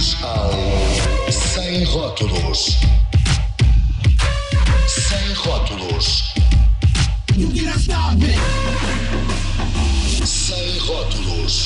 ao Sem Rótulos. Sem Rótulos. Sem Rótulos.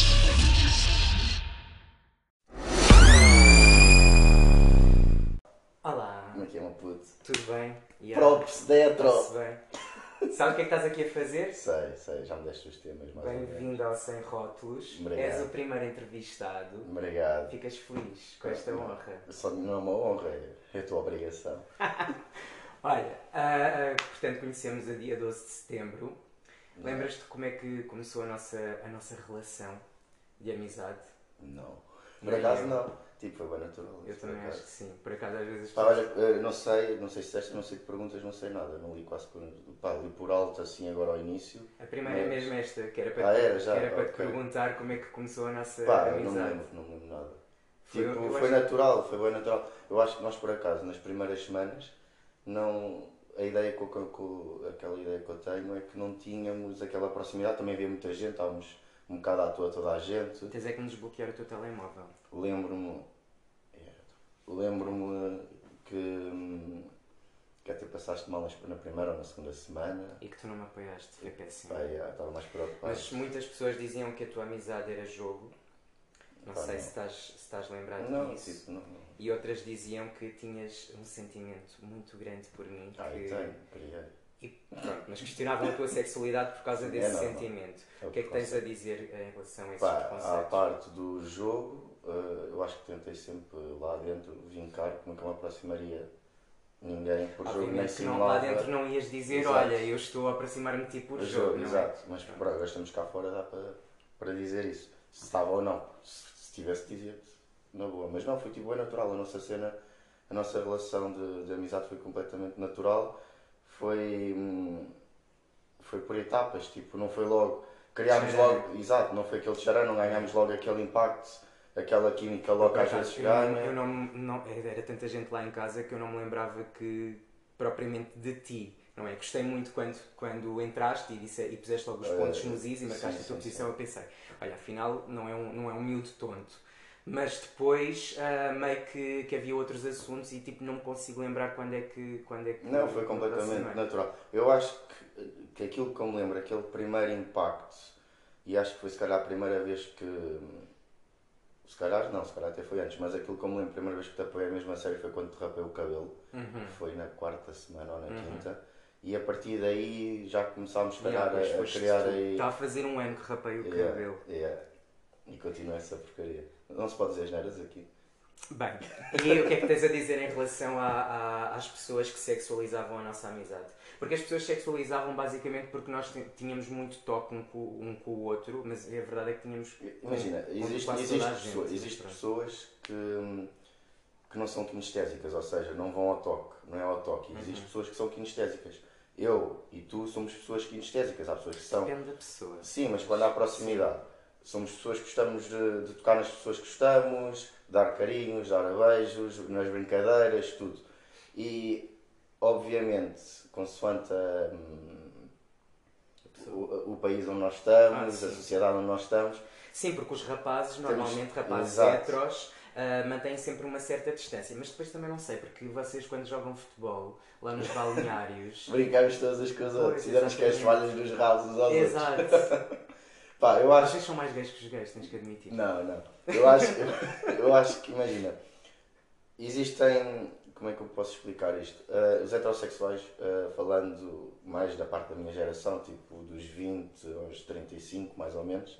Olá, Como é que é, meu puto? tudo bem? Props, dentro! Está-se bem? Sabes o que é que estás aqui a fazer? Sei, já me deste os temas mais ou menos. Bem-vindo ao Sem Rótulos. Obrigado. És o primeiro entrevistado. Obrigado. Ficas feliz com esta honra. Só não é uma honra, é a tua obrigação. Olha, portanto conhecemos a dia 12 de setembro. Lembras-te como é que começou a nossa relação de amizade? Não. Por Nem acaso eu. não. Tipo, foi bem natural. Eu por também acaso. acho que sim. Por acaso às vezes as Pá, pessoas... olha, não sei se disseste, não sei que perguntas, não sei nada. Não li quase por. Pá, li por alto assim agora ao início. A primeira é mas- mesmo esta, que era para, Era já? que era para te Ok. perguntar como é que começou a nossa Pá, eu amizade. não me lembro nada. Foi- Tipo, eu foi acho- natural, foi bem natural. Eu acho que nós por acaso, nas primeiras semanas, não. A ideia aquela ideia que eu tenho é que não tínhamos aquela proximidade, também havia muita gente, estávamos um bocado à toa toda a gente. Tens é que nos desbloquear o teu telemóvel. Lembro-me que até passaste mal na primeira ou na segunda semana. E que tu não me apoiaste, foi péssimo. Pá, estava mais preocupado. Mas muitas pessoas diziam que a tua amizade era jogo. Não Pá, sei não. se estás lembrado Não, disso. tipo, não. E outras diziam que tinhas um sentimento muito grande por mim. Eu tenho, criei. E pronto, mas questionavam a tua sexualidade por causa desse não. sentimento. É O que é que tens a preconceito. dizer em relação a esses Pá, à preconceitos? parte do jogo, eu acho que tentei sempre lá dentro vincar, que nunca me aproximaria ninguém por jogo, nem Obviamente que não, simulava. lá dentro não ias dizer, Exato. olha, eu estou a aproximar-me de ti por jogo, não é? Exato, mas pronto, agora estamos cá fora, dá para dizer isso. Se estava ou não, se tivesse, dizia-te na boa. Mas não, foi tipo bem natural, a nossa cena, a nossa relação de amizade foi completamente natural. Foi por etapas, tipo, não foi logo. Criámos Charana. logo, exato, não foi aquele charana, não ganhámos logo aquele impacto, aquela química logo que às vezes ganha. Eu não, era tanta gente lá em casa que eu não me lembrava que propriamente de ti, não é? Gostei muito quando entraste e puseste logo os pontos nos is e marcaste sim, a tua sim, posição. Eu pensei, olha, afinal não é um miúdo tonto. Mas depois meio que havia outros assuntos e tipo não me consigo lembrar quando é que Não, foi me completamente aproximei. natural. Eu acho que aquilo que eu me lembro, aquele primeiro impacto, e acho que foi se calhar a primeira vez que. Se calhar até foi antes, mas aquilo que eu me lembro, a primeira vez que te apoiei mesmo a sério foi quando te rapei o cabelo. Foi na quarta semana ou na quinta. E a partir daí já começámos se calhar Pois a foste criar tu. aí. Está a fazer um ano que rapei o cabelo. E continua essa porcaria. Não se pode dizer asneiras aqui. Bem, e o que é que tens a dizer em relação às pessoas que sexualizavam a nossa amizade? Porque as pessoas sexualizavam basicamente porque nós tínhamos muito toque um com o outro, mas a verdade é que tínhamos. Imagina, com existe quase toda a gente, existe pronto. pessoas que não são kinestésicas, ou seja, não vão ao toque, não é ao toque. E existem pessoas que são kinestésicas. Eu e tu somos pessoas kinestésicas, há pessoas que são. Depende da pessoa. Sim, mas quando há proximidade, somos pessoas que gostamos de tocar nas pessoas que gostamos, dar carinhos, dar beijos, nas brincadeiras, tudo. E, obviamente, consoante o país onde nós estamos, sim. a sociedade onde nós estamos, Sim, porque os rapazes, normalmente rapazes Exato. heteros, mantêm sempre uma certa distância. Mas depois também não sei, porque vocês quando jogam futebol, lá nos balneários... brincamos todas as coisas, Pois, fizemos que as exatamente. falhas dos rasos aos outros. Exato. Pá, eu acho. Vocês são mais gays que os gays, tens que admitir. Não. Eu acho que, imagina, existem. Como é que eu posso explicar isto? Os heterossexuais, falando mais da parte da minha geração, tipo dos 20 aos 35, mais ou menos,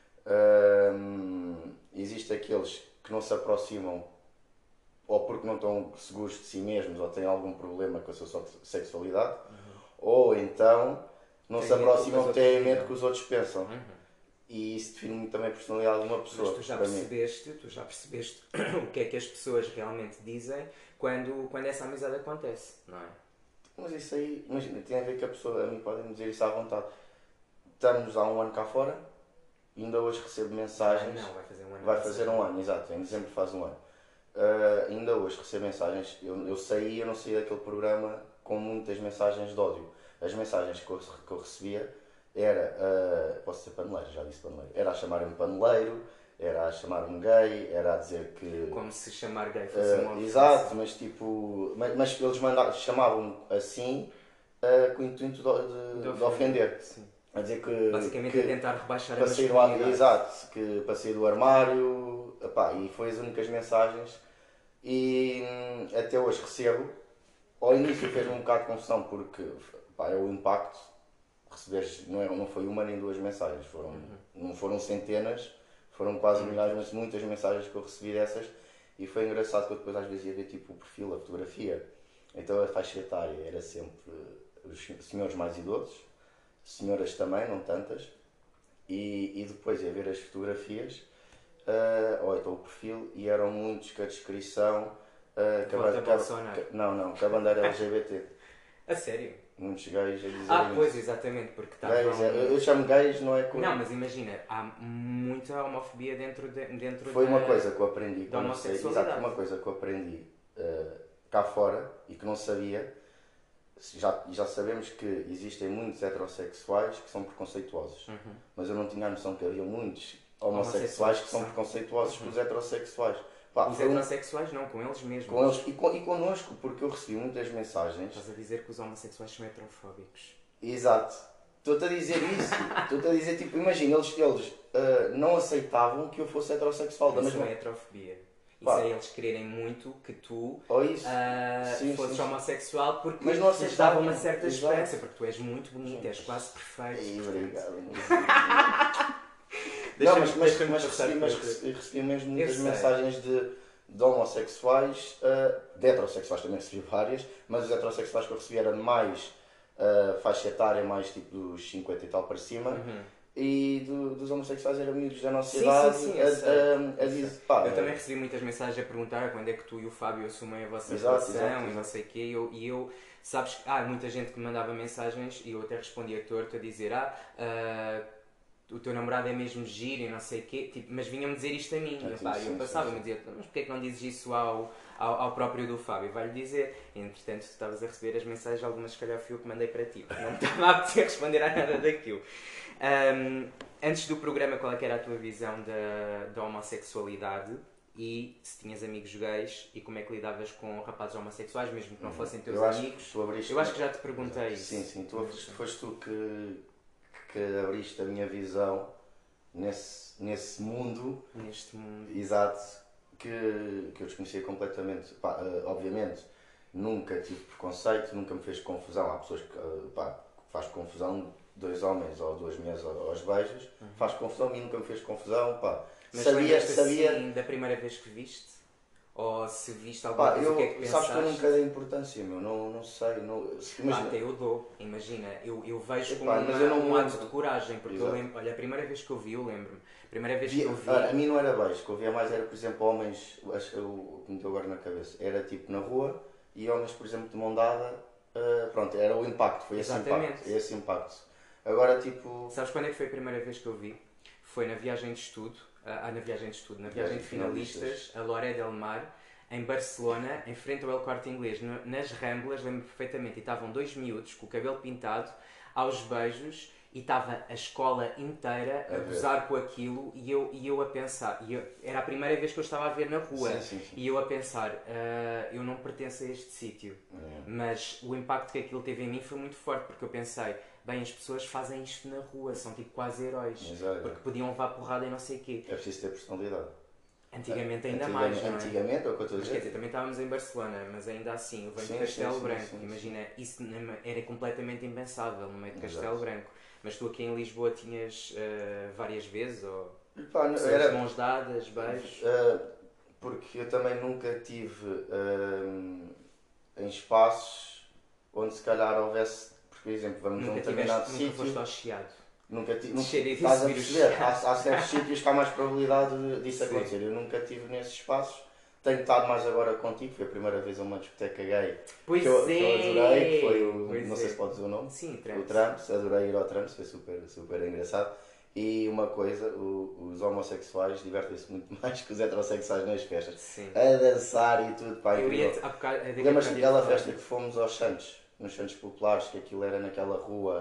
existem aqueles que não se aproximam ou porque não estão seguros de si mesmos ou têm algum problema com a sua sexualidade, ou então não Têm se medo do que aproximam os porque têm outros medo digam. que os outros pensam. E isso define muito também a personalidade de uma pessoa. Mas tu já para mim. percebeste o que é que as pessoas realmente dizem quando essa amizade acontece, não é? Mas isso aí, imagina, tem a ver que a pessoa, a mim podem dizer isso à vontade. Estamos há um ano cá fora e ainda hoje recebo mensagens. Não, vai fazer um ano. Vai fazer um ano, exato, em dezembro faz um ano. Ainda hoje recebo mensagens. Eu não saí daquele programa com muitas mensagens de ódio. As mensagens que eu recebia era, posso ser paneleiro, já disse paneleiro, era a chamarem-me paneleiro, Era a chamar-me gay, era a dizer que... Como se chamar gay fosse uma ofensa. Exato, mas tipo... Mas eles chamavam assim com o intuito de ofender. Sim. A dizer que... Basicamente a tentar rebaixar a para sair masculinidade. exato, que para sair do armário, epá, e foi as únicas mensagens e até hoje recebo. Ao início fez-me um bocado de confusão porque epá, é o impacto, receberes, não foi uma nem duas mensagens, não foram centenas, foram quase milhares, mas muitas mensagens que eu recebi dessas, e foi engraçado que eu depois às vezes ia ver tipo o perfil, a fotografia, então a faixa etária era sempre os senhores mais idosos, senhoras também, não tantas, e depois ia ver as fotografias, ou então o perfil, e eram muitos com a descrição, com a bandeira LGBT. A sério? Muitos gays a dizer pois, isso. exatamente, porque Gays, eu chamo gays, não é com... Não, mas imagina, há muita homofobia dentro Foi uma coisa que eu aprendi, da homossexualidade. exato, uma coisa que eu aprendi cá fora e que não sabia. Já sabemos que existem muitos heterossexuais que são preconceituosos, mas eu não tinha a noção que havia muitos homossexuais que são preconceituosos com os heterossexuais. Pá, os heterossexuais não, com eles mesmos. Com eles e connosco, porque eu recebi muitas mensagens. Estás a dizer que os homossexuais são heterofóbicos. Exato. Estou-te a dizer isso. Estou-te a dizer, tipo, imagina, eles não aceitavam que eu fosse heterossexual. Isso não é heterofobia. Isso é eles quererem muito que tu fosses homossexual porque mas não lhes dava uma certa exato. esperança, porque tu és muito bonito, és quase perfeito. E obrigado. Mas recebi mesmo muitas mensagens de homossexuais, de heterossexuais também recebi várias, mas os heterossexuais que eu recebi era mais faixa etária, mais tipo dos 50 e tal para cima. E dos homossexuais eram amigos da nossa idade. Eu também recebi muitas mensagens a perguntar quando é que tu e o Fábio assumem a vossa relação e não sei o quê. E eu, sabes, muita gente que me mandava mensagens e eu até respondia torto a dizer o teu namorado é mesmo giro e não sei o quê, tipo, mas vinha-me dizer isto a mim. Eu passava-me a dizer, mas porquê é que não dizes isso ao próprio do Fábio? Vai-lhe dizer. E, entretanto, tu estavas a receber as mensagens, algumas se calhar fui eu que mandei para ti, porque não me estava a apetecer responder a nada daquilo. Antes do programa, qual é que era a tua visão da homossexualidade e se tinhas amigos gays e como é que lidavas com rapazes homossexuais, mesmo que não fossem teus amigos? Eu acho que já te perguntei isso. Sim, foste tu que abriste a minha visão nesse mundo. Neste mundo. Exato. Que eu desconhecia completamente. Obviamente, nunca tive preconceito, nunca me fez confusão. Há pessoas que faz confusão, 2 homens ou 2 mulheres aos beijos, faz confusão, a mim nunca me fez confusão. Mas sabia assim, da primeira vez que viste? Ou se viste alguma coisa, o que é que pensaste? Sabes que eu nunca dei importância, meu, não sei. Até eu dou, imagina, eu vejo como um ato de coragem, porque eu lembro, olha, a primeira vez que eu vi, eu lembro-me, a primeira vez que eu vi... A mim não era beijo, que eu via mais era, por exemplo, homens, acho que me meteu agora na cabeça, era tipo na rua, e homens, por exemplo, de mão dada, pronto, era o impacto, foi esse impacto. Agora, tipo... Sabes quando é que foi a primeira vez que eu vi? Foi na viagem de estudo, na viagem de finalistas, a Lloret del Mar, em Barcelona, em frente ao El Corte Inglês, nas Ramblas, lembro perfeitamente, e estavam 2 miúdos com o cabelo pintado, aos beijos, e estava a escola inteira a gozar com aquilo, e eu a pensar, era a primeira vez que eu estava a ver na rua, sim. e eu a pensar, eu não pertenço a este sítio, mas o impacto que aquilo teve em mim foi muito forte, porque eu pensei, bem, as pessoas fazem isto na rua, são tipo quase heróis, porque podiam levar porrada e não sei o quê. É preciso ter personalidade. Antigamente ainda mais, não é? Antigamente, é o que eu estou a dizer. Mas quer dizer, também estávamos em Barcelona, mas ainda assim, eu venho de Castelo Branco, imagina, isso era completamente impensável no meio de Castelo Branco. Mas tu aqui em Lisboa tinhas várias vezes, ou era mãos dadas, beijos? Porque eu também nunca tive em espaços onde se calhar houvesse, por exemplo, vamos a um determinado sítio. Nunca foste ao Chiado? Nunca tive. Estás a perceber? Há certos sítios que há mais probabilidade disso acontecer. Eu nunca tive nesses espaços. Tenho estado mais agora contigo. Foi a primeira vez a uma discoteca gay que eu adorei. Foi não sei se pode dizer o nome. Sim, o Tramps. Adorei ir ao Tramps. Foi super engraçado. E uma coisa, os homossexuais divertem-se muito mais que os heterossexuais nas festas. Sim. A dançar e tudo. Pá, lembras-te daquela festa que fomos aos Santos? Nos Santos Populares, que aquilo era naquela rua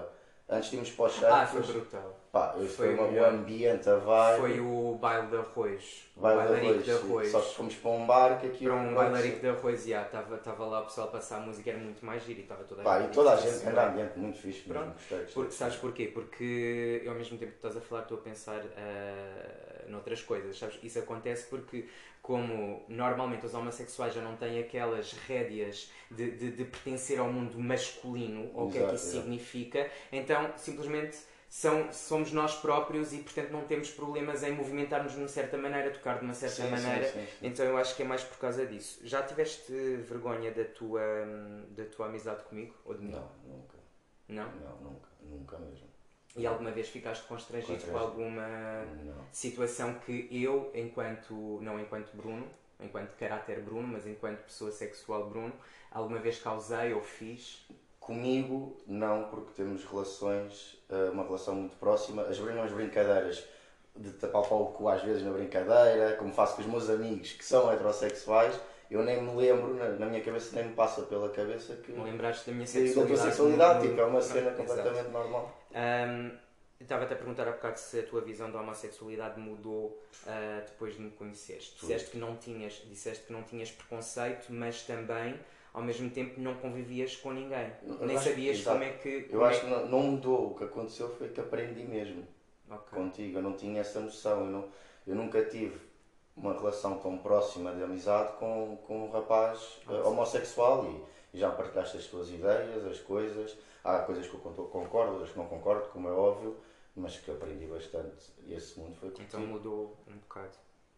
Antes de irmos para os Santos, Foi brutal. pá, Foi foi o o melhor. ambiente, a vibe, Foi o baile de arroz. O baile de bailarico de arroz. arroz. Só que fomos para um bar que aquilo... Para um bailarico de arroz, estava lá o pessoal a passar a música, era muito mais giro e estava toda Pá, a gente. e toda a divertir-se gente, bem. grande ambiente, muito fixe mesmo, Pronto. gostei. Sabes porquê? Porque eu ao mesmo tempo que estás a falar estou a pensar noutras coisas, sabes? Isso acontece porque como normalmente os homossexuais já não têm aquelas rédeas de pertencer ao mundo masculino, ou o que é que isso Exato. significa, então simplesmente somos nós próprios e portanto não temos problemas em movimentar-nos de uma certa maneira, tocar de uma certa Sim, maneira, sim. então eu acho que é mais por causa disso. Já tiveste vergonha da tua amizade comigo? Ou de mim? Não, nunca. Não? Não, nunca mesmo. E alguma vez ficaste constrangido com alguma Não. situação que eu, não enquanto Bruno, enquanto caráter Bruno, mas enquanto pessoa sexual Bruno, alguma vez causei ou fiz? Comigo, não, porque temos relações, uma relação muito próxima. As brincadeiras de tapar para o cu às vezes na brincadeira, como faço com os meus amigos que são heterossexuais, eu nem me lembro, na minha cabeça nem me passa pela cabeça que... Me lembraste da minha Da sexualidade? tua sexualidade, no- tipo, é uma no- cena Exato. completamente normal. Estava-te a perguntar há bocado se a tua visão da homossexualidade mudou depois de me conheceres. Tudo. Disseste que não tinhas preconceito, mas também, ao mesmo tempo, não convivias com ninguém. Eu Nem acho- sabias exato. como é que... Eu acho que não mudou, o que aconteceu foi que aprendi mesmo Ok. contigo, eu não tinha essa noção, eu nunca tive uma relação tão próxima de amizade com um rapaz homossexual e já partilhaste as tuas ideias, as coisas, há coisas que eu concordo, outras que não concordo, como é óbvio, mas que aprendi bastante e esse mundo foi contigo. Então mudou um bocado.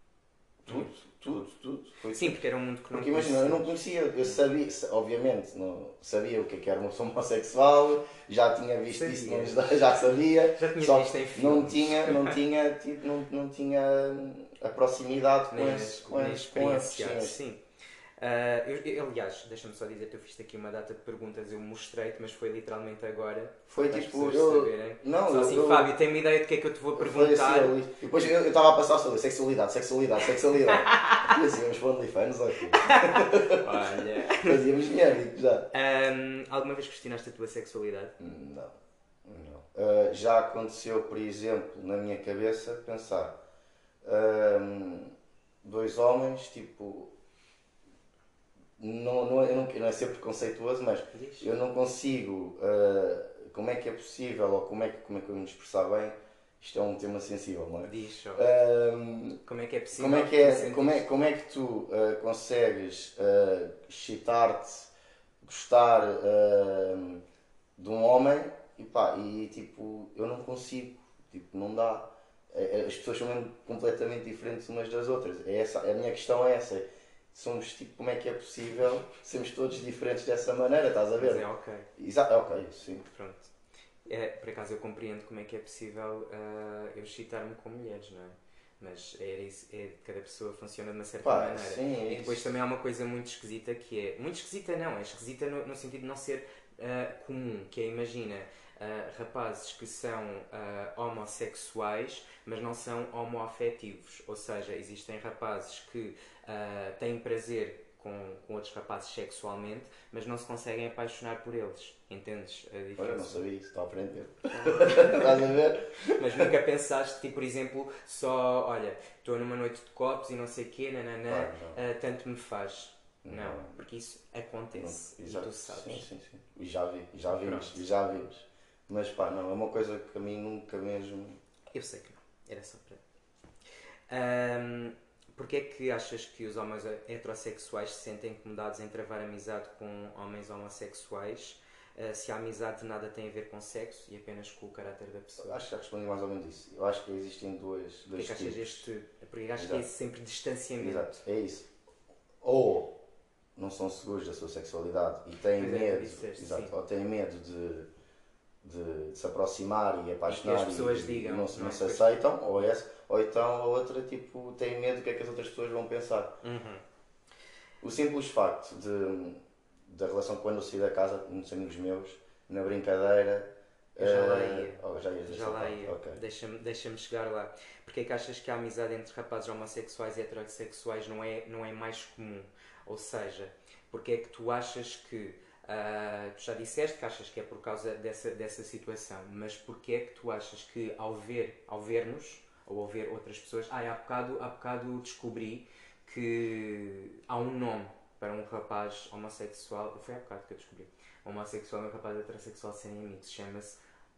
Tudo. Foi Sim, porque era um mundo que não Porque imagina, eu não conhecia, eu sabia, obviamente, não sabia o que era uma pessoa homossexual, já tinha visto Sabia. isso, já sabia, Já tinha só visto em que não filmes. tinha a proximidade Nem com nem esses experienciar. sim. Sim. Aliás, deixa-me só dizer que eu fiz aqui uma data de perguntas, eu mostrei-te, mas foi literalmente agora. Foi para as tipo, pessoas saberem. não, Só assim, eu- Fábio, tem uma ideia de que é que eu te vou foi perguntar? assim, ali. E depois eu estava a passar sobre sexualidade. E assim, vamos para o OnlyFans, ok. Olha. Fazíamos dinheiro, digo já. Alguma vez questionaste a tua sexualidade? Não. Já aconteceu, por exemplo, na minha cabeça, pensar dois homens, tipo, não é ser preconceituoso, mas Diz. eu não consigo, como é que é possível, ou como é que eu me expressar bem, isto é um tema sensível, não é? Diz só. Ahm, Como é que é possível? como é que tu consegues excitar-te, gostar de um homem e pá, e tipo, eu não consigo, tipo, não dá. As pessoas são mesmo completamente diferentes umas das outras. A minha questão é essa. Somos tipo, como é que é possível sermos todos diferentes dessa maneira, estás a ver? Mas é ok. Exato, ok, sim. Pronto. Por acaso eu compreendo como é que é possível eu excitar-me com mulheres, não é? Mas cada pessoa funciona de uma certa Pá, maneira. sim, é E depois isso. também há uma coisa muito esquisita que é. Muito esquisita não, é esquisita no sentido de não ser comum, que é, imagina, rapazes que são homossexuais, mas não são homoafetivos. Ou seja, existem rapazes que têm prazer com outros rapazes sexualmente, mas não se conseguem apaixonar por eles. Entendes a diferença? Olha, não sabia isso, estou a aprender. Estás a ver? Mas nunca pensaste, tipo, por exemplo, só, olha, estou numa noite de copos e não sei o quê, nananã, Claro, tanto me faz. Não, Não. porque isso acontece. Exato. E tu sabes. Sim. E já vimos, Pronto. e já vimos. Mas pá, não, é uma coisa que a mim nunca mesmo. Eu sei que não. Era só para. Porquê é que achas que os homens heterossexuais se sentem incomodados em travar amizade com homens homossexuais, se a amizade nada tem a ver com sexo e apenas com o caráter da pessoa? Acho que já respondi mais ou menos isso. Eu acho que existem dois Porquê que achas tipos. Porque acho que é sempre distanciamento. Exato, é isso. Ou não são seguros da sua sexualidade e têm Pois é, tu medo, disseste, exato, sim. ou têm medo de se aproximar e apaixonar as pessoas e digam, não se não é? aceitam, ou então a outra tipo, tem medo do que é que as outras pessoas vão pensar. Uhum. O simples facto da relação que quando eu saí da casa, muitos amigos meus, na brincadeira. Eu já lá ia. Já ias Já nessa lá parte, ia. ok. Deixa-me chegar lá. Porque é que achas que a amizade entre rapazes homossexuais e heterossexuais não é mais comum? Ou seja, porque é que tu achas que Tu já disseste que achas que é por causa dessa situação, mas porquê é que tu achas que ao ver-nos, ou ao ver outras pessoas... há bocado descobri que há um nome para um rapaz homossexual... Foi há bocado que eu descobri. Um homossexual e um rapaz heterossexual serem amigos. Chama-se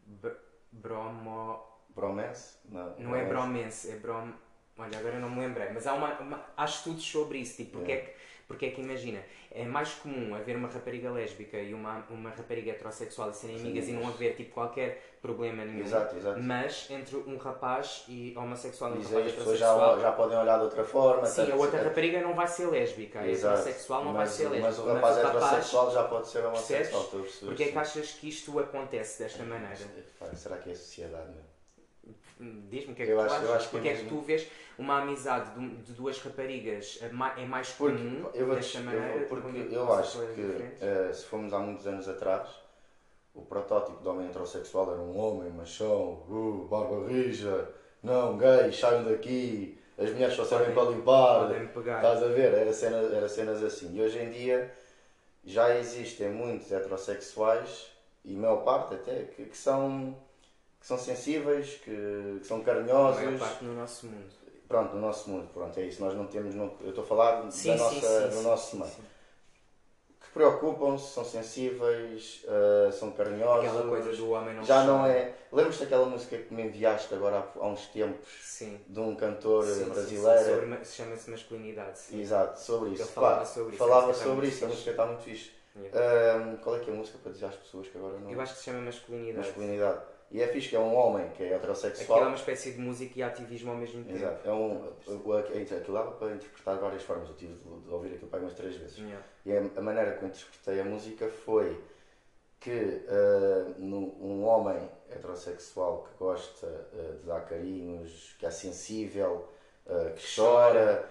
bromo... Bromance? Não, Não é bromance, é brom... Olha, agora não me lembrei, mas há estudos sobre isso, tipo, porque é que imagina, é mais comum haver uma rapariga lésbica e uma rapariga heterossexual e serem amigas e não haver tipo qualquer problema nenhum, Exato. mas entre um rapaz e homossexual e um As rapaz pessoas heterossexual, já podem olhar de outra forma. sim, a outra rapariga não vai ser lésbica, a heterossexual não vai ser lésbica, mas o rapaz heterossexual já pode ser homossexual. Porque é que achas que isto acontece desta maneira? Será que é a sociedade mesmo? Diz-me o que é que tu achas, porque é que tu vês uma amizade de duas raparigas é mais comum desta maneira? Porque eu acho que se formos há muitos anos atrás, o protótipo de homem heterossexual era um homem machão, barba rija, não, gays, saiam daqui, as mulheres só servem para limpar, estás a ver? Era cenas assim. E hoje em dia já existem muitos heterossexuais, e a maior parte até, que são sensíveis, que são carinhosos. A maior parte no nosso mundo. Pronto, no nosso mundo, pronto, é isso. Nós não temos, eu estou a falar do nosso meio. Que preocupam-se, são sensíveis, são carinhosos. Aquela coisa do homem não já não é. Lembras-te daquela música que me enviaste agora há uns tempos? Sim. De um cantor brasileiro? Chama-se Masculinidade. Sim. Exato, sobre isso. Ele falava sobre isso. Falava sobre isso, a música está muito fixe. Yeah. Qual é que é a música para dizer às pessoas que agora não. Eu acho que se chama Masculinidade. Masculinidade. E é fixe que é um homem que é heterossexual. Aquilo é uma espécie de música e ativismo ao mesmo tempo. Exato. Aquilo dava para interpretar de várias formas. Eu tive de ouvir aquilo para umas 3 vezes. Yeah. E a maneira que eu interpretei a música foi que um homem heterossexual que gosta de dar carinhos, que é sensível, que chora,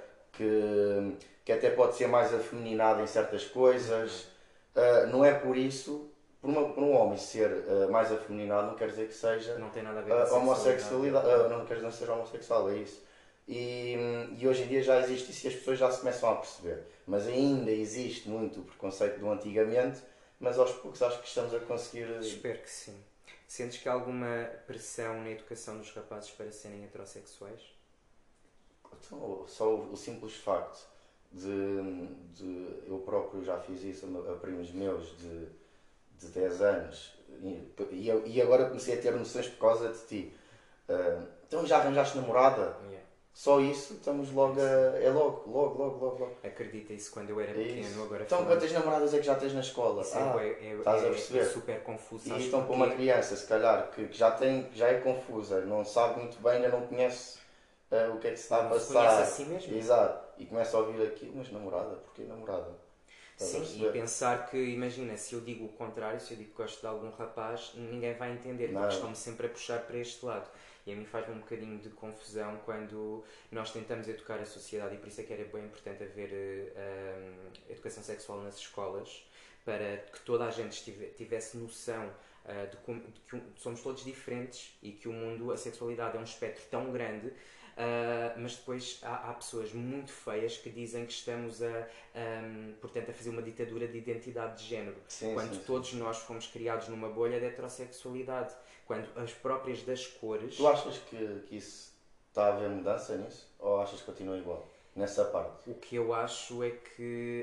que até pode ser mais afeminado em certas coisas, não é por isso. Por um homem ser mais afeminado não quer dizer que seja não tem nada a ver com homossexualidade. Não quer dizer que seja homossexual, é isso. E hoje em dia já existe isso e as pessoas já se começam a perceber. Mas ainda existe muito o preconceito do antigamente, mas aos poucos acho que estamos a conseguir. Espero que sim. Sentes que há alguma pressão na educação dos rapazes para serem heterossexuais? Então, só o simples facto de eu próprio já fiz isso a primos meus de 10 anos e agora comecei a ter noções por causa de ti. Então já arranjaste namorada? Yeah. Só isso, estamos logo é logo. Acredita isso quando eu era pequeno, isso. agora então quantas namoradas é que já tens na escola? Isso estás a perceber? É super confuso. E então para uma criança, se calhar, que já é confusa, não sabe muito bem, ainda não conhece o que é que se está a passar. Conhece a si mesmo. Exato. E começa a ouvir aquilo, mas namorada? Porquê namorada? Sim, e pensar que, imagina, se eu digo o contrário, se eu digo que gosto de algum rapaz, ninguém vai entender, porque estão-me sempre a puxar para este lado. E a mim faz-me um bocadinho de confusão quando nós tentamos educar a sociedade, e por isso é que era bem importante haver educação sexual nas escolas, para que toda a gente tivesse noção de que somos todos diferentes e que o mundo, a sexualidade é um espectro tão grande. Mas depois há pessoas muito feias que dizem que estamos portanto, a fazer uma ditadura de identidade de género. Quando todos nós fomos criados numa bolha de heterossexualidade, quando as próprias das cores... Tu achas que isso está a haver mudança nisso? Ou achas que continua igual? Nessa parte? O que eu acho é que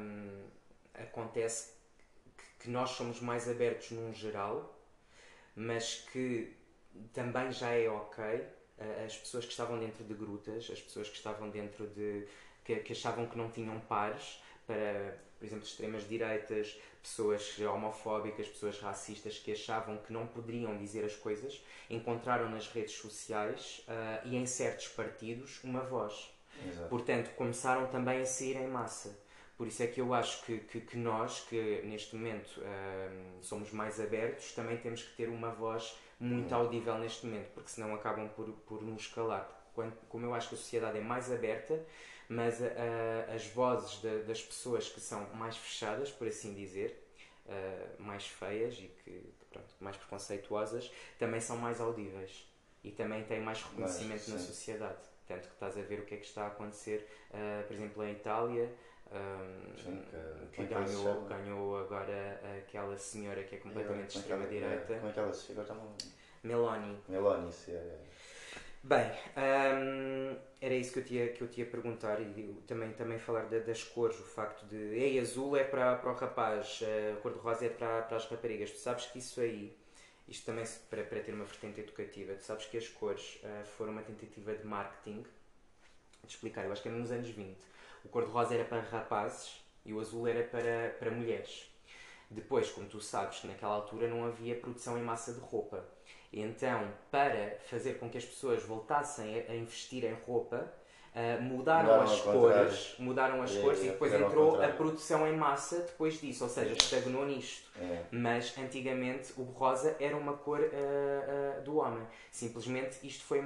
acontece que nós somos mais abertos num geral, mas que também já é ok as pessoas que estavam dentro de grutas, as pessoas que estavam dentro de... que achavam que não tinham pares, para, por exemplo, extremas direitas, pessoas homofóbicas, pessoas racistas que achavam que não poderiam dizer as coisas, encontraram nas redes sociais e em certos partidos uma voz. Exato. Portanto, começaram também a sair em massa. Por isso é que eu acho que nós, que neste momento somos mais abertos, também temos que ter uma voz muito audível neste momento, porque senão acabam por nos calar. Como eu acho que a sociedade é mais aberta, mas as vozes das pessoas que são mais fechadas, por assim dizer, mais feias e mais preconceituosas, também são mais audíveis e também têm mais reconhecimento na sociedade. Tanto que estás a ver o que é que está a acontecer, por exemplo, em Itália, Sim, que como é que ela se chama? ganhou agora aquela senhora que é completamente de Como é que ela- extrema-direita, Como é que ela se chama? Agora Meloni. Meloni, se é. Bem, era isso que eu te ia perguntar e também falar das cores, o facto de ei, azul é para o rapaz, a cor de rosa é para as raparigas. Tu sabes que isso aí, isto também para ter uma vertente educativa, tu sabes que as cores foram uma tentativa de marketing, de explicar, eu acho que era nos anos 20. O cor de rosa era para rapazes e o azul era para mulheres. Depois, como tu sabes, que naquela altura não havia produção em massa de roupa. E então, para fazer com que as pessoas voltassem a investir em roupa, mudaram Mudaram as ao contrário. cores e depois Fizeram ao entrou a contrário. produção em massa depois disso, ou seja, É. estagnou nisto. É. Mas antigamente o rosa era uma cor do homem. Simplesmente isto foi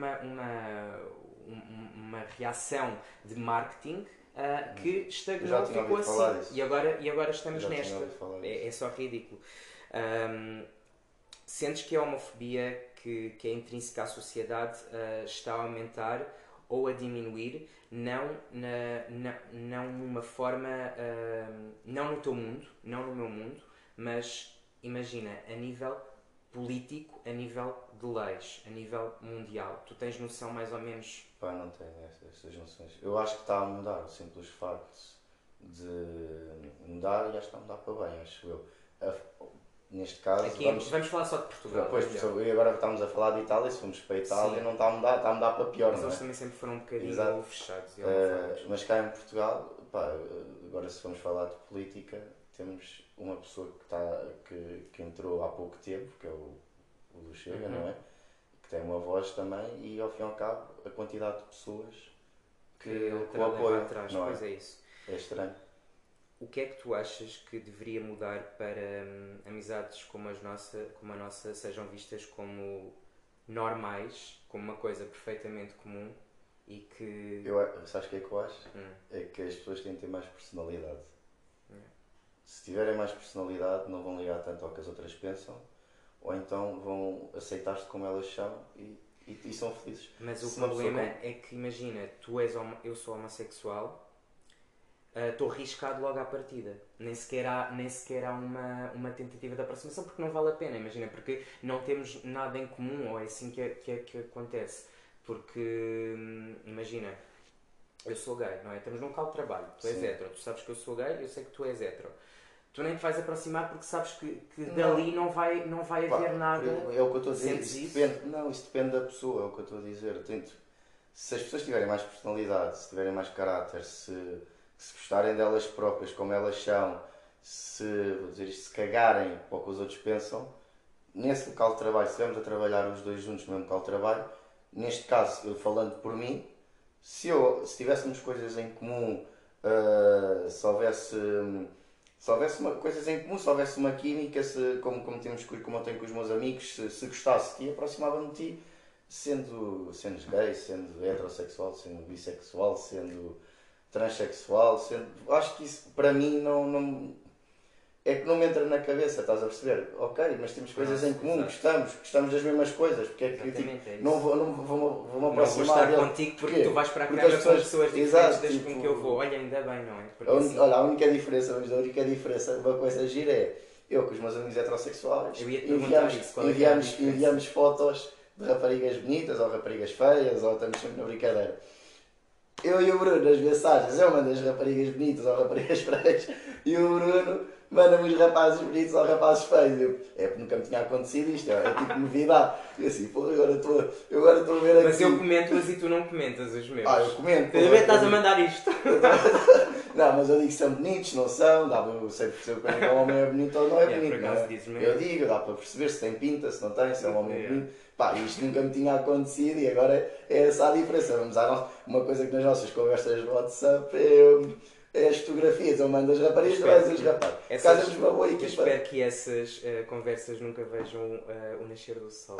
uma reação de marketing que Eu já estagnou, tinha ficou ouvido falar assim. disso. E agora Eu estamos já tinha nesta. ouvido falar É, disso. é só ridículo. Ahm, Sentes que a homofobia que é intrínseca à sociedade está a aumentar ou a diminuir, não numa forma, não no teu mundo, não no meu mundo, mas imagina, a nível político, a nível de leis, a nível mundial. Tu tens noção mais ou menos. Pá, não tenho essas noções. Eu acho que está a mudar, o simples facto de mudar, e acho que está a mudar para bem, acho eu. Neste caso, Aqui vamos. vamos falar só de Portugal. Pois, é melhor. e agora estamos a falar de Itália, se formos para a Itália, Sim. não está a mudar para pior, Mas não eles é? também sempre foram um bocadinho Exato. fechados e homofóbicos. Mas cá em Portugal, pá, agora se formos falar de política, temos uma pessoa que entrou há pouco tempo, que é o Chega, não é? Que tem uma voz também, e ao fim e ao cabo, a quantidade de pessoas que ele o terá levado apoiam, atrás, não é? pois é isso. É estranho. O que é que tu achas que deveria mudar para amizades como a nossa sejam vistas como normais, como uma coisa perfeitamente comum e que. Sabes o que é que eu acho? Hum, É que as pessoas têm que ter mais personalidade. Yeah. Se tiverem mais personalidade, não vão ligar tanto ao que as outras pensam, ou então vão aceitar-se como elas são e são felizes. Mas o Se uma pessoa problema é que, imagina, eu sou homossexual, estou riscado logo à partida. Nem sequer há uma tentativa de aproximação porque não vale a pena, imagina, porque não temos nada em comum, ou é assim que acontece. Porque, imagina, eu sou gay, não é? Estamos num local de trabalho, tu és Sim. hétero, tu sabes que eu sou gay, eu sei que tu és hétero. Tu nem te vais aproximar porque sabes que Não. dali não vai Pá, haver nada. é o que eu estou a dizer. Sentes Isso isso? depende, não, isso depende da pessoa, é o que eu estou a dizer. Se as pessoas tiverem mais personalidade, se tiverem mais caráter, se gostarem delas próprias, como elas são, vou dizer isto, se cagarem para o que os outros pensam, nesse local de trabalho, se estivermos a trabalhar os dois juntos no mesmo local de trabalho, neste caso, eu falando por mim, se tivéssemos coisas em comum, se houvesse coisas em comum, se houvesse uma química, como eu tenho com os meus amigos, se gostasse de ti, aproximava-me de ti, sendo gay, sendo heterossexual, sendo bissexual, sendo transexual, acho que isso para mim não é que não me entra na cabeça, estás a perceber? Ok, mas temos coisas em comum, gostamos das mesmas coisas, porque é que Exatamente, é isso. não vou-me Não vou aproximar estar dele. contigo porque Porquê? tu vais para a Porque cama as com pessoas diferentes exato, das tipo, com que eu vou. Olha, ainda bem, não é? Porque Olha, a única diferença, uma coisa gira é eu com os meus amigos heterossexuais Eu ia te perguntar isso, qual é que é a diferença? enviamos fotos de raparigas bonitas ou raparigas feias, ou estamos sempre na brincadeira. Eu e o Bruno, nas mensagens, eu mando as raparigas bonitas ou raparigas feias, e o Bruno manda-me os rapazes bonitos ou rapazes feios. É porque nunca me tinha acontecido isto, é tipo novidade. E assim, pô, agora estou a ver aqui. Mas eu comento-as e tu não comentas os meus. Eu comento. Cada vez estás a mandar isto. Não, mas eu digo que são bonitos, não são, eu sei perceber quando é um homem é bonito ou não é bonito. por acaso Não é? dizes mesmo. Eu digo, dá para perceber se tem pinta, se não tem, se é um homem Yeah. bonito. Pá, isto nunca me tinha acontecido e agora é essa a diferença. Uma coisa que nas nossas conversas no WhatsApp é as fotografias, eu mando as raparigas, tu és os rapazes. Casamos uma boa Eu equipa. espero que essas conversas nunca vejam o nascer do sol.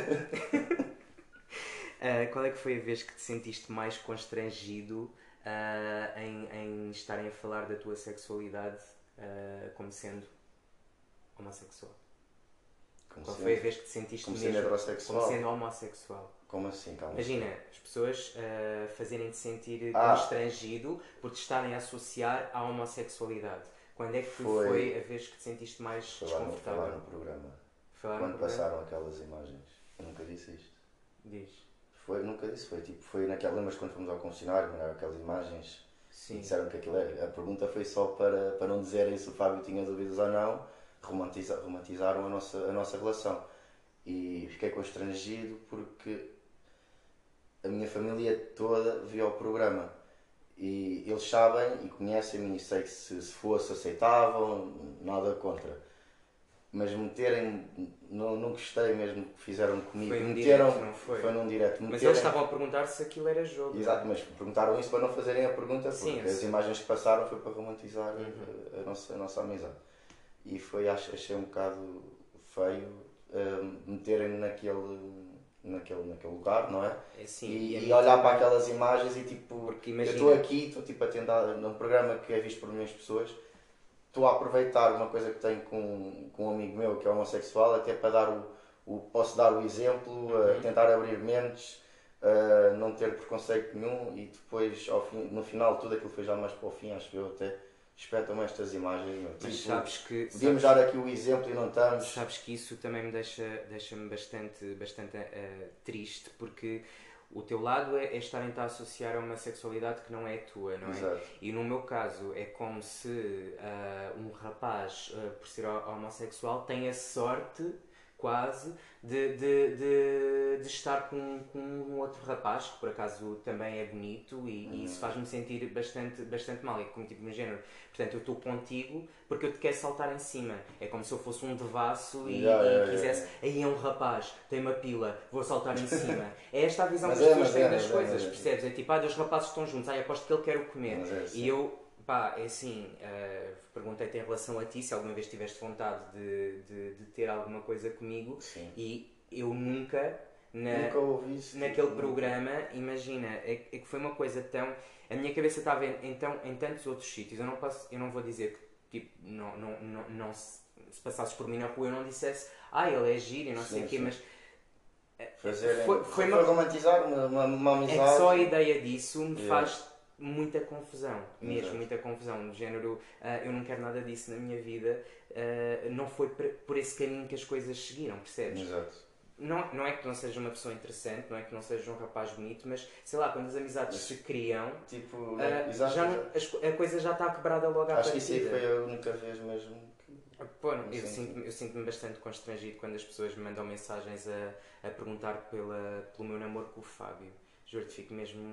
Qual é que foi a vez que te sentiste mais constrangido em estarem a falar da tua sexualidade como sendo homossexual? Qual foi a vez que te sentiste como mesmo sendo heterossexual? como sendo homossexual? Como assim, calma? Imagina, as pessoas fazerem-te sentir constrangido por te estarem a associar à homossexualidade. Quando é que foi a vez que te sentiste mais desconfortável? Foi lá no programa. Foi lá no Quando programa? passaram aquelas imagens. Eu nunca disse isto. Diz. Nunca disse, foi naquela. Lembras quando fomos ao concessionário, mandaram aquelas imagens Sim. e disseram que aquilo era. A pergunta foi só para não dizerem se o Fábio tinha dúvidas ou não, romantizaram a nossa relação. E fiquei constrangido porque a minha família toda viu o programa. E eles sabem e conhecem-me e sei que se fosse aceitavam, nada contra. Mas meterem, não gostei mesmo que fizeram comigo. Foi num meteram, direto, não foi? Foi num direto. Mas Meterem, eles estavam a perguntar se aquilo era jogo. exato, mas perguntaram isso para não fazerem a pergunta, Sim, porque as imagens que passaram foi para romantizar a nossa amizade. E achei um bocado feio meterem-me naquele lugar, não é? Sim, e olhar para aquelas imagens e tipo, porque imagina, eu estou aqui, estou tipo a tentar, num programa que é visto por milhões de pessoas, estou a aproveitar uma coisa que tenho com um amigo meu que é homossexual, até para dar posso dar o exemplo, tentar abrir mentes, não ter preconceito nenhum e depois no final tudo aquilo foi já mais para o fim, acho que eu até espetam-me estas imagens. Mas tipo, sabes que podíamos dar aqui o exemplo e não estamos. Sabes que isso também me deixa-me bastante triste, porque o teu lado é estarem-te a associar a uma sexualidade que não é a tua, não é? Exato. E no meu caso é como se um rapaz, por ser homossexual, tem a sorte quase de estar com um outro rapaz que por acaso também é bonito e isso faz-me sentir bastante mal. É como tipo no género, portanto eu estou contigo porque eu te quero saltar em cima. É como se eu fosse um devasso e quisesse, aí é um rapaz, tem uma pila, vou saltar em cima. É esta a visão que as pessoas têm das coisas, percebes? É tipo, dois rapazes estão juntos, aposto que ele quer o comer. E eu, é assim, perguntei-te em relação a ti se alguma vez tiveste vontade de ter alguma coisa comigo. Sim. E eu nunca ouvi isso, naquele programa, imagina, é que foi uma coisa tão... A minha cabeça estava em tantos outros sítios, eu não vou dizer que tipo, não se passasses por mim na rua eu não dissesse ele é giro e não sei o quê, mas foi romantizar uma amizade. É que só a ideia disso me faz muita confusão, mesmo muita confusão, no género, eu não quero nada disso na minha vida, não foi por esse caminho que as coisas seguiram, percebes? Exato. Não é que não seja uma pessoa interessante, não é que não seja um rapaz bonito, mas sei lá, quando as amizades se criam, tipo, a coisa já está quebrada logo à partida. Acho que isso aí foi a única vez mesmo que... Eu sinto-me bastante constrangido quando as pessoas me mandam mensagens a perguntar pelo meu namoro com o Fábio. Juro-te, fico mesmo...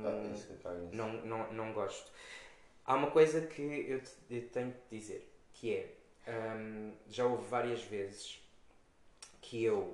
não gosto. Há uma coisa que eu tenho de dizer, que é, já houve várias vezes que eu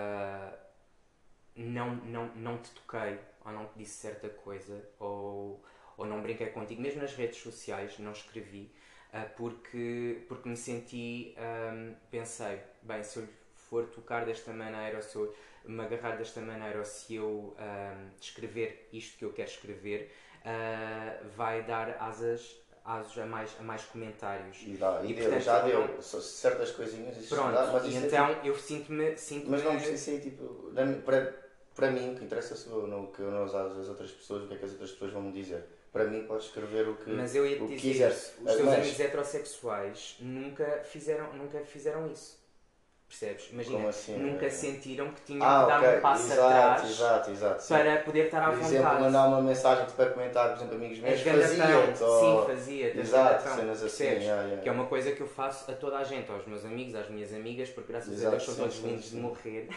não te toquei, ou não te disse certa coisa, ou não brinquei contigo, mesmo nas redes sociais, não escrevi, porque me senti, pensei, bem, se eu lhe for tocar desta maneira, ou se eu me agarrar desta maneira, ou se eu escrever isto que eu quero escrever, vai dar asas a mais comentários. E deu, portanto, já deu certas coisinhas. Pronto, mas e então eu sinto-me... Mas não precisa, tipo, para mim o que interessa sou eu, que eu não usar as outras pessoas, o que é que as outras pessoas vão me dizer. Para mim podes escrever o que Mas eu ia te dizer quiser. Os teus amigos heterossexuais nunca fizeram isso. Percebes? Imagina, assim, nunca sentiram que tinham que dar um passo atrás exato, para poder estar à vontade. Por exemplo, mandar uma mensagem para comentar, por exemplo, amigos meus, fazia-te. Exato, cenas assim. Que é uma coisa que eu faço a toda a gente, aos meus amigos, às minhas amigas, porque graças a Deus são todos lindos de morrer.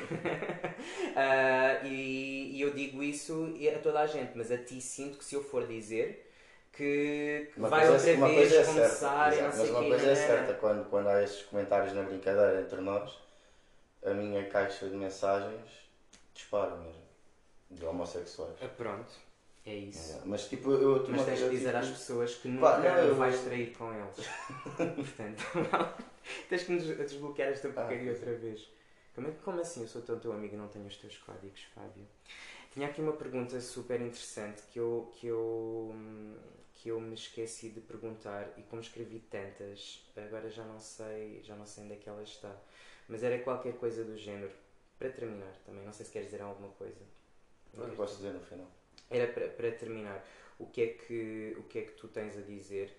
E eu digo isso a toda a gente, mas a ti sinto que se eu for dizer que vai outra vez começar e não sei o quê. Mas uma coisa é certa, quando há esses comentários na brincadeira entre nós, a minha caixa de mensagens dispara mesmo, de homossexuais. Pronto, é isso. Mas tipo, mas tens de dizer às pessoas que nunca vais trair com eles. Portanto, tens que nos desbloquear esta porcaria outra vez. Como assim eu sou teu amigo e não tenho os teus códigos, Fábio? Tinha aqui uma pergunta super interessante que eu me esqueci de perguntar e como escrevi tantas, agora já não sei onde é que ela está. Mas era qualquer coisa do género. Para terminar também, não sei se queres dizer alguma coisa. O que eu posso dizer no final? Era para terminar, o que é que tu tens a dizer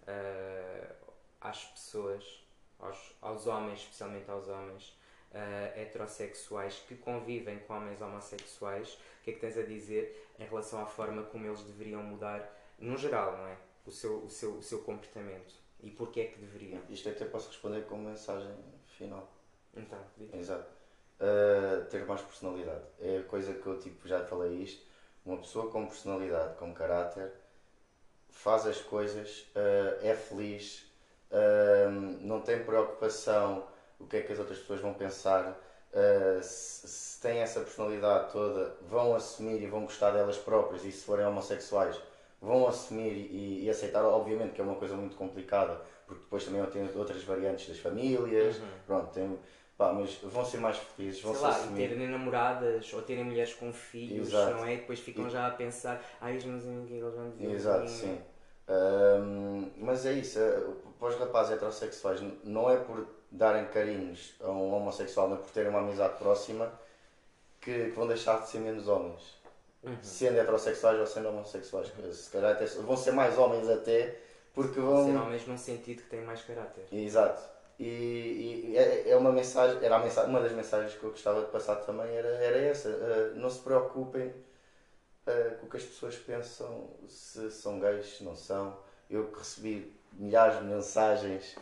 às pessoas, aos homens, especialmente aos homens heterossexuais que convivem com homens homossexuais? O que é que tens a dizer em relação à forma como eles deveriam mudar, no geral, não é? O seu comportamento. E porquê é que deveriam? Isto até posso responder com uma mensagem final. Então, diz. Exato. Ter mais personalidade. É a coisa que eu já falei isto. Uma pessoa com personalidade, com caráter, faz as coisas, é feliz, não tem preocupação o que é que as outras pessoas vão pensar. Se têm essa personalidade toda, vão assumir e vão gostar delas próprias, e se forem homossexuais, vão assumir e aceitar. Obviamente que é uma coisa muito complicada, porque depois também tem outras variantes das famílias, pronto, mas vão ser mais felizes, vão Sei se lá, assumir. terem namoradas ou terem mulheres com filhos, Exato. não é? E depois ficam já a pensar, os meus amigos, o que é que eles vão dizer? Exato, sim. Mas é isso, para os rapazes heterossexuais, não é por darem carinhos a um homossexual, não é por terem uma amizade próxima que vão deixar de ser menos homens. Sendo heterossexuais ou sendo homossexuais. Se calhar até, vão ser mais homens até, porque vão... Ser homens num sentido que têm mais caráter. Exato. E é uma mensagem, uma das mensagens que eu gostava de passar também era essa. Não se preocupem com o que as pessoas pensam, se são gays, se não são. Eu recebi milhares de mensagens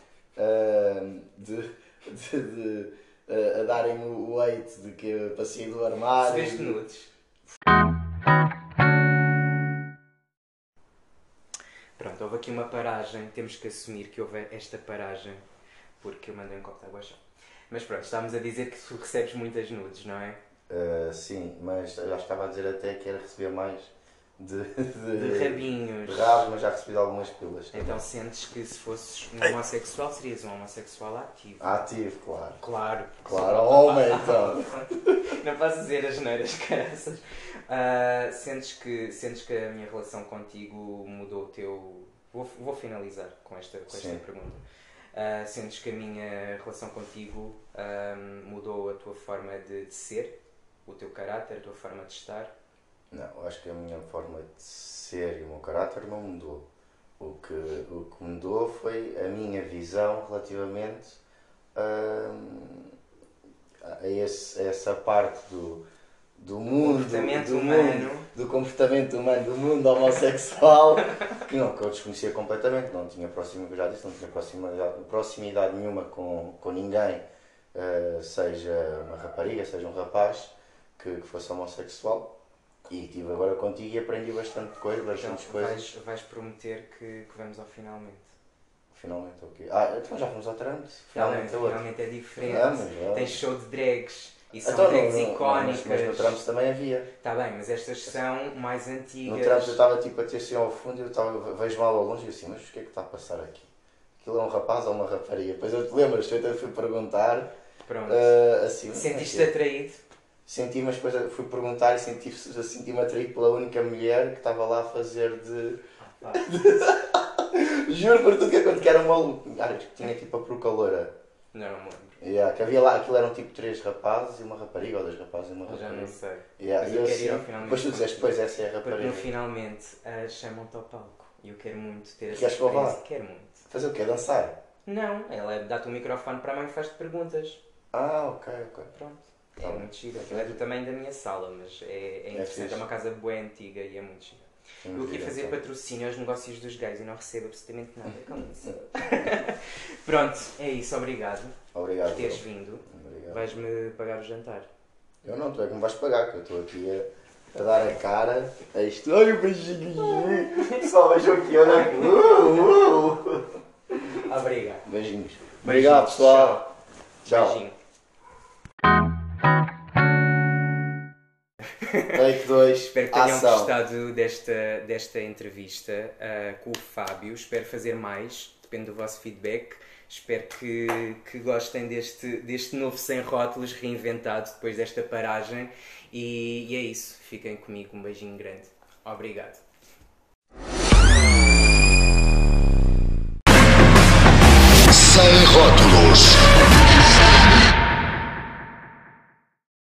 a darem-me o hate de que eu passei do armário. Recebeste nudes? Pronto, houve aqui uma paragem, temos que assumir que houve esta paragem, porque eu mandei um copo de água ao chão. Mas pronto, estávamos a dizer que tu recebes muitas nudes, não é? Sim, mas já estava a dizer até que era receber mais de rabinhos. De rabos, mas já recebi algumas pílulas. Então sentes que se fosses um homossexual, serias um homossexual ativo? Ativo, claro. Claro. Claro, homem então. Não posso dizer as neiras, caraças. Sentes que a minha relação contigo mudou o teu... Vou finalizar com esta pergunta. Sentes que a minha relação contigo mudou a tua forma de ser? O teu caráter, a tua forma de estar? Não, acho que a minha forma de ser e o meu caráter não mudou. O que mudou foi a minha visão relativamente a essa parte do mundo, do comportamento humano, do mundo homossexual, que eu desconhecia completamente, não tinha proximidade nenhuma com ninguém, seja uma rapariga, seja um rapaz que fosse homossexual. E estive agora contigo e aprendi bastantes coisas. Vais prometer que vamos ao finalmente. Finalmente o quê? Então já fomos ao Trump. Finalmente é diferente. Tens show de drags. E são então, drags icónicas. Mas no Trump também havia. Está bem, mas estas são mais antigas. No Trump eu estava a ter assim ao fundo e eu vejo mal ao longe e assim, mas o que é que está a passar aqui? Aquilo é um rapaz ou uma rapariga? Depois eu te lembras, eu até fui perguntar. Pronto. Assim, sentiste-te atraído? Senti, mas depois eu fui perguntar e senti-me atraído pela única mulher que estava lá a fazer de... Juro por tudo que era um maluco. Tinha tipo a peruca loira. Não me lembro. Que havia lá, aquilo eram tipo 3 rapazes e uma rapariga, ou 2 rapazes e uma rapariga. Já não sei. Mas eu quero ir ao finalmente. Depois tu dizes, pois essa é a rapariga. Porque no finalmente chamam-te ao palco. E eu quero muito ter essa experiência. Queres provar? Quero muito. Fazer o quê? Dançar? Não, ela dá-te o microfone para a mãe e faz-te perguntas. Ok. Pronto. É muito giro. Aquilo é do tamanho da minha sala, mas é interessante. É uma casa boa antiga e é muito giro. Eu queria fazer patrocínio aos negócios dos gays e não recebo absolutamente nada. Como isso? Pronto, é isso. Obrigado. Obrigado por teres vindo. Obrigado. Vais-me pagar o jantar. Eu não, tu é que me vais pagar, que eu estou aqui a dar a cara a isto. Olha o beijinho! Só vejam aqui, olha aqui. Obrigado. Beijinhos. Obrigado, pessoal. Tchau. Beijinho. Take 2. Espero que tenham gostado desta entrevista com o Fábio. Espero fazer mais, depende do vosso feedback. Espero que gostem deste novo Sem Rótulos reinventado depois desta paragem. E é isso. Fiquem comigo. Um beijinho grande. Obrigado.